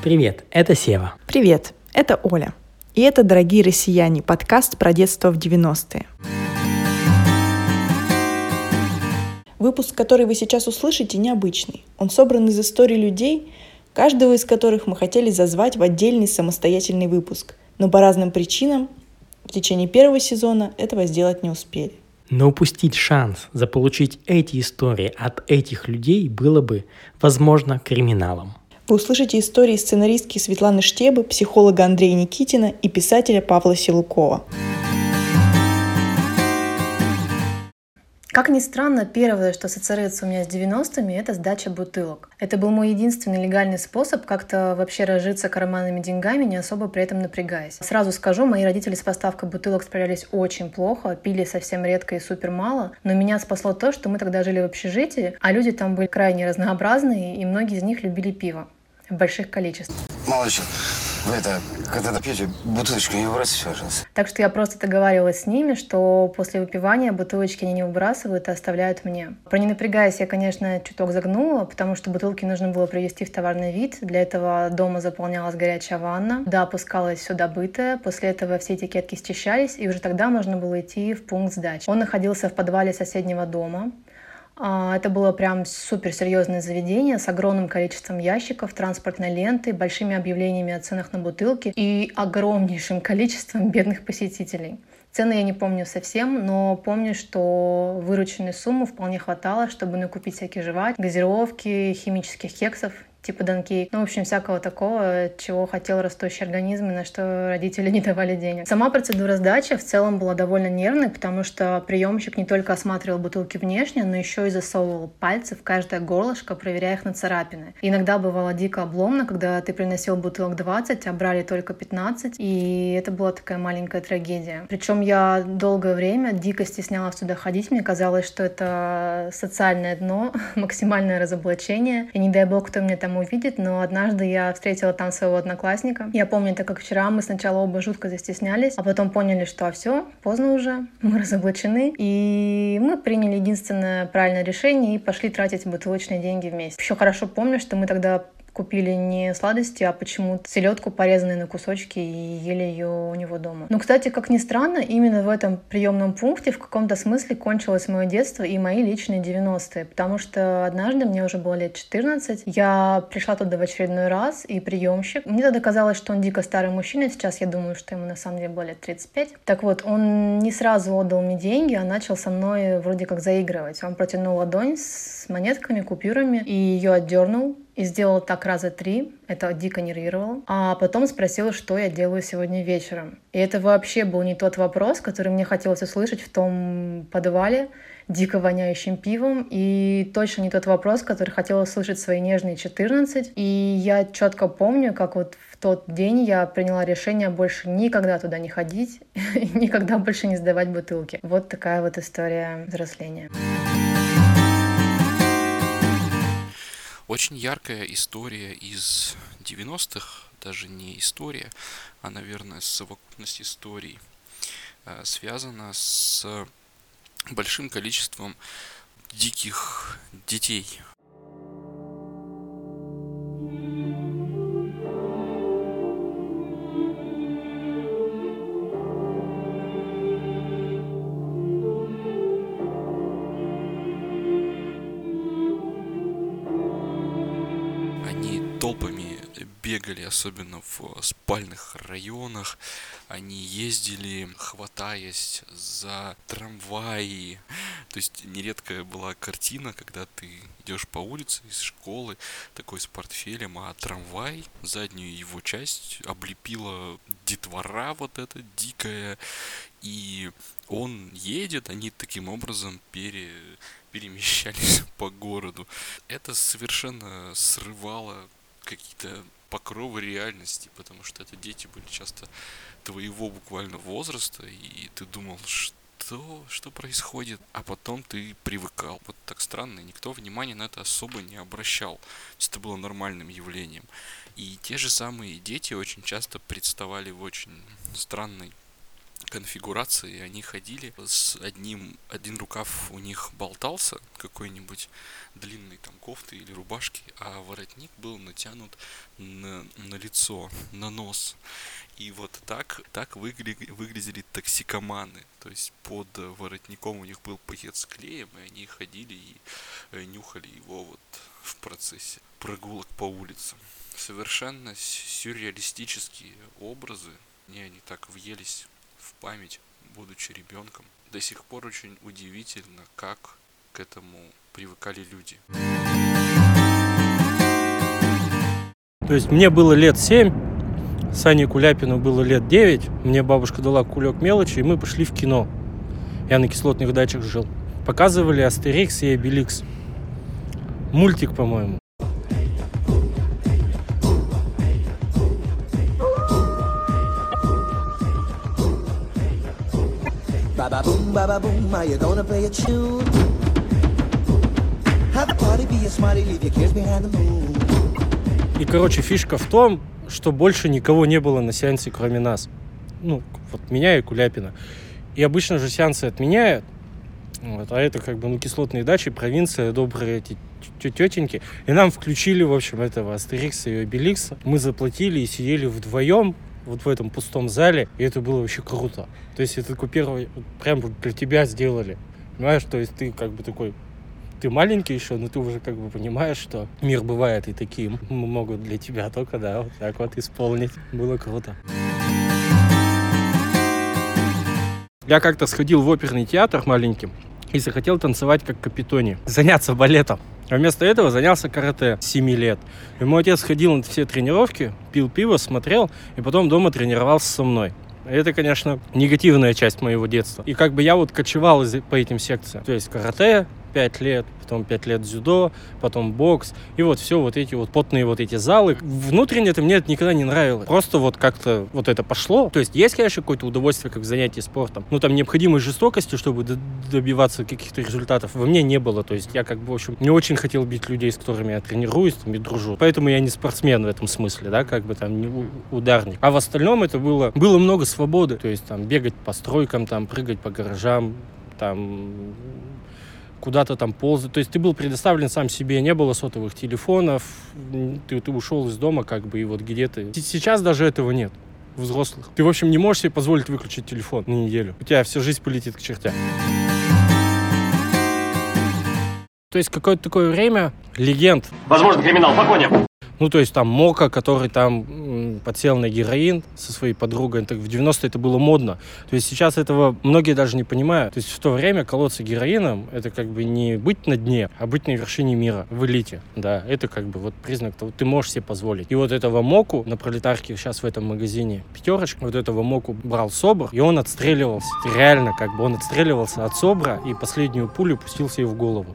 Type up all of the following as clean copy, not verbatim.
Привет, это Сева. Привет, это Оля. И это «Дорогие россияне» — подкаст про детство в 90-е. Выпуск, который вы сейчас услышите, необычный. Он собран из историй людей, каждого из которых мы хотели зазвать в отдельный самостоятельный выпуск. Но по разным причинам в течение первого сезона этого сделать не успели. Но упустить шанс заполучить эти истории от этих людей было бы, возможно, криминалом. Вы услышите истории сценаристки Светланы Штебы, психолога Андрея Никитина и писателя Павла Силукова. Как ни странно, первое, что ассоциируется у меня с 90-ми, это сдача бутылок. Это был мой единственный легальный способ как-то вообще разжиться карманными деньгами, не особо при этом напрягаясь. Сразу скажу, мои родители с поставкой бутылок справлялись очень плохо, пили совсем редко и супер мало, но меня спасло то, что мы тогда жили в общежитии, а люди там были крайне разнообразные, и многие из них любили пиво в больших количествах. Молодчик, вы когда пьете, бутылочку не выбрасывайте, пожалуйста. Так что я просто договаривалась с ними, что после выпивания бутылочки они не выбрасывают, а оставляют мне. Про не напрягаясь я, конечно, чуток загнула, потому что бутылки нужно было привести в товарный вид. Для этого дома заполнялась горячая ванна, туда опускалось все добытое, после этого все этикетки счищались, и уже тогда можно было идти в пункт сдачи. Он находился в подвале соседнего дома. Это было прям суперсерьезное заведение с огромным количеством ящиков, транспортной ленты, большими объявлениями о ценах на бутылки и огромнейшим количеством бедных посетителей. Цены я не помню совсем, но помню, что вырученной суммы вполне хватало, чтобы накупить всякие жевать, газировки, химических кексов, типа Данкейк. В общем, всякого такого, чего хотел растущий организм и на что родители не давали денег. Сама процедура сдачи в целом была довольно нервной, потому что приемщик не только осматривал бутылки внешне, но еще и засовывал пальцы в каждое горлышко, проверяя их на царапины. Иногда бывало дико обломно, когда ты приносил бутылок 20, а брали только 15, и это была такая маленькая трагедия. Причем я долгое время дико стеснялась туда ходить, мне казалось, что это социальное дно, максимальное разоблачение, и не дай бог, кто меня там увидит, но однажды я встретила там своего одноклассника. Я помню это как вчера, мы сначала оба жутко застеснялись, а потом поняли, что все, поздно уже, мы разоблачены, и мы приняли единственное правильное решение и пошли тратить бутылочные деньги вместе. Еще хорошо помню, что мы тогда купили не сладости, а почему-то селедку, порезанную на кусочки, и ели ее у него дома. Кстати, как ни странно, именно в этом приемном пункте в каком-то смысле кончилось мое детство и мои личные 90-е, потому что однажды, мне уже было лет 14, я пришла туда в очередной раз, и приемщик, мне тогда казалось, что он дико старый мужчина, сейчас я думаю, что ему на самом деле было лет 35. Так вот, он не сразу отдал мне деньги, а начал со мной вроде как заигрывать. Он протянул ладонь с монетками, купюрами, и ее отдернул, и сделал так раза 3, это дико нервировало. А потом спросила, что я делаю сегодня вечером. И это вообще был не тот вопрос, который мне хотелось услышать в том подвале, дико воняющим пивом, и точно не тот вопрос, который хотела услышать в свои нежные 14. И я четко помню, как вот в тот день я приняла решение больше никогда туда не ходить, и никогда больше не сдавать бутылки. Вот такая вот история взросления. Очень яркая история из 90-х, даже не история, а, наверное, совокупность историй, связана с большим количеством диких детей. Толпами бегали, особенно в спальных районах. Они ездили, хватаясь за трамваи. То есть нередко была картина, когда ты идешь по улице из школы, такой с портфелем, а трамвай, заднюю его часть облепила детвора вот эта дикая, и он едет, они таким образом перемещались по городу. Это совершенно срывало какие-то покровы реальности, потому что это дети были часто твоего буквально возраста, и ты думал, что происходит, а потом ты привыкал. Вот так странно, никто внимания на это особо не обращал. То есть это было нормальным явлением. И те же самые дети очень часто представали в очень странной конфигурации, они ходили с один рукав у них болтался, какой-нибудь длинной там кофты или рубашки, а воротник был натянут на лицо, на нос. И вот так выглядели токсикоманы. То есть под воротником у них был пакет с клеем, и они ходили и нюхали его вот в процессе прогулок по улицам. Совершенно сюрреалистические образы. Мне они так въелись в память, будучи ребенком. До сих пор очень удивительно, как к этому привыкали люди. То есть мне было лет 7, Сане Куляпину было лет 9, мне бабушка дала кулек мелочи, и мы пошли в кино. Я на Кислотных дачах жил. Показывали Астерикс и Обеликс. Мультик, по-моему. Ba-ba-boom, ba-ba-boom, are you gonna play a tune? Have a party, be a smarty, leave your kids behind the moon. И, короче, фишка в том, что больше никого не было на сеансе, кроме нас. Ну, вот меня и Куляпина. И обычно же сеансы отменяют. Вот, а это как бы, ну, Кислотные дачи, провинция, добрые эти тетеньки. И нам включили, в общем, этого Астерикса и Обеликса. Мы заплатили и сидели вдвоем вот в этом пустом зале, и это было вообще круто. То есть это такой первый, прям для тебя сделали. Понимаешь, то есть ты как бы такой, ты маленький еще, но ты уже как бы понимаешь, что мир бывает и такие могут для тебя только, да, вот так вот исполнить. Было круто. Я как-то сходил в оперный театр маленьким и захотел танцевать как Капитони, заняться балетом. А вместо этого занялся карате с 7 лет. И мой отец ходил на все тренировки, пил пиво, смотрел, и потом дома тренировался со мной. Это, конечно, негативная часть моего детства. И как бы я вот кочевал по этим секциям. То есть карате 5 лет, потом 5 лет дзюдо, потом бокс. И вот все вот эти вот потные вот эти залы. Внутренне мне это никогда не нравилось. Просто вот как-то вот это пошло. То есть есть, конечно, какое-то удовольствие, как в занятии спортом. Но там необходимой жестокости, чтобы добиваться каких-то результатов, во мне не было. То есть я как бы, в общем, не очень хотел бить людей, с которыми я тренируюсь там, и дружу. Поэтому я не спортсмен в этом смысле, да, как бы там не ударник. А в остальном это было много свободы. То есть там бегать по стройкам, там прыгать по гаражам, там куда-то там ползать. То есть ты был предоставлен сам себе, не было сотовых телефонов, ты ушел из дома как бы, и вот где ты. Сейчас даже этого нет, взрослых. Ты, в общем, не можешь себе позволить выключить телефон на неделю. У тебя вся жизнь полетит к чертям. То есть какое-то такое время легенд. Возможно, криминал, погоня. Ну, то есть там Мока, который там подсел на героин со своей подругой. Так в 90-е это было модно. То есть сейчас этого многие даже не понимают. То есть в то время колоться героином — это как бы не быть на дне, а быть на вершине мира, в элите. Да, это как бы вот признак того, ты можешь себе позволить. И вот этого Моку на Пролетарке сейчас в этом магазине «Пятерочка», вот этого Моку брал СОБР, и он отстреливался. Реально как бы он отстреливался от СОБРа и последнюю пулю пустил себе в голову.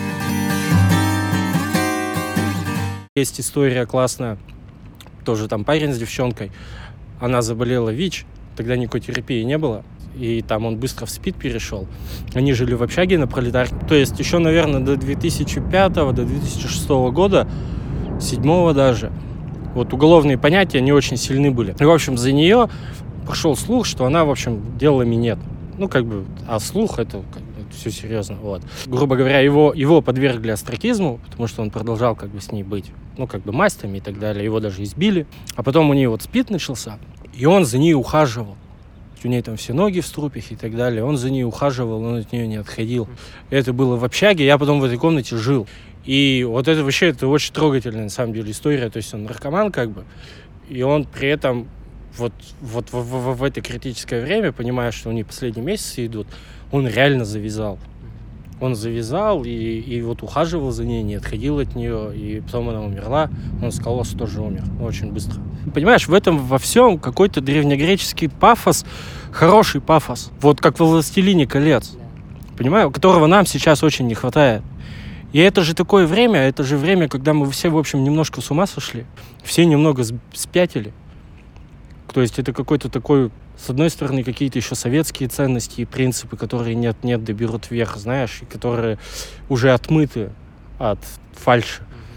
Есть история классная, тоже там парень с девчонкой, она заболела ВИЧ, тогда никакой терапии не было, и там он быстро в СПИД перешел. Они жили в общаге на Пролетарке, то есть еще, наверное, до 2005, до 2006 года, 2007 даже, вот уголовные понятия не очень сильны были. И, в общем, за нее прошел слух, что она, в общем, делала минет. Ну, как бы, а слух это все серьезно, вот. Грубо говоря, его подвергли остракизму, потому что он продолжал как бы с ней быть, ну, как бы мастями и так далее. Его даже избили. А потом у нее вот СПИД начался, и он за ней ухаживал. У нее там все ноги в струпьях и так далее. Он за ней ухаживал, он от нее не отходил. Это было в общаге, я потом в этой комнате жил. И вот это вообще, это очень трогательная, на самом деле, история. То есть он наркоман как бы, и он при этом вот в это критическое время, понимая, что у нее последние месяцы идут, он реально завязал. Он завязал и вот ухаживал за ней, не отходил от нее, и потом она умерла. Он сказал, что тоже умер. Очень быстро. Понимаешь, в этом во всем какой-то древнегреческий пафос, хороший пафос. Вот как во «Властелине колец». Понимаю, которого нам сейчас очень не хватает. И это же такое время, это же время, когда мы все, в общем, немножко с ума сошли. Все немного спятили. То есть это какой-то такой, с одной стороны, какие-то еще советские ценности и принципы, которые нет-нет да берут вверх, знаешь, и которые уже отмыты от фальши.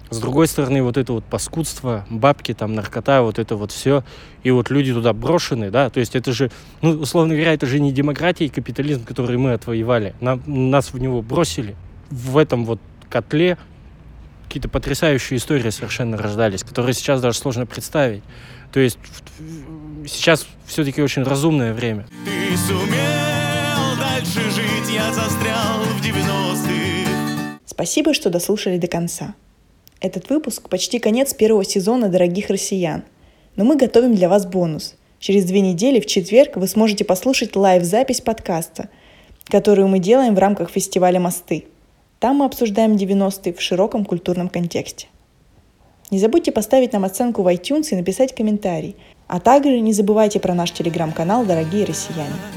С другой стороны, вот это вот паскудство, бабки, там, наркота, вот это вот все. И вот люди туда брошены, да, то есть это же, ну, условно говоря, это же не демократия и капитализм, который мы отвоевали. Нас в него бросили. В этом вот котле какие-то потрясающие истории совершенно рождались, которые сейчас даже сложно представить. То есть сейчас все-таки очень разумное время. Ты сумел дальше жить, я застрял в 90-х. Спасибо, что дослушали до конца. Этот выпуск почти конец первого сезона «Дорогих россиян». Но мы готовим для вас бонус. Через 2 недели в четверг вы сможете послушать лайв-запись подкаста, которую мы делаем в рамках фестиваля «Мосты». Там мы обсуждаем 90-е в широком культурном контексте. Не забудьте поставить нам оценку в iTunes и написать комментарий. А также не забывайте про наш телеграм-канал «Дорогие россияне».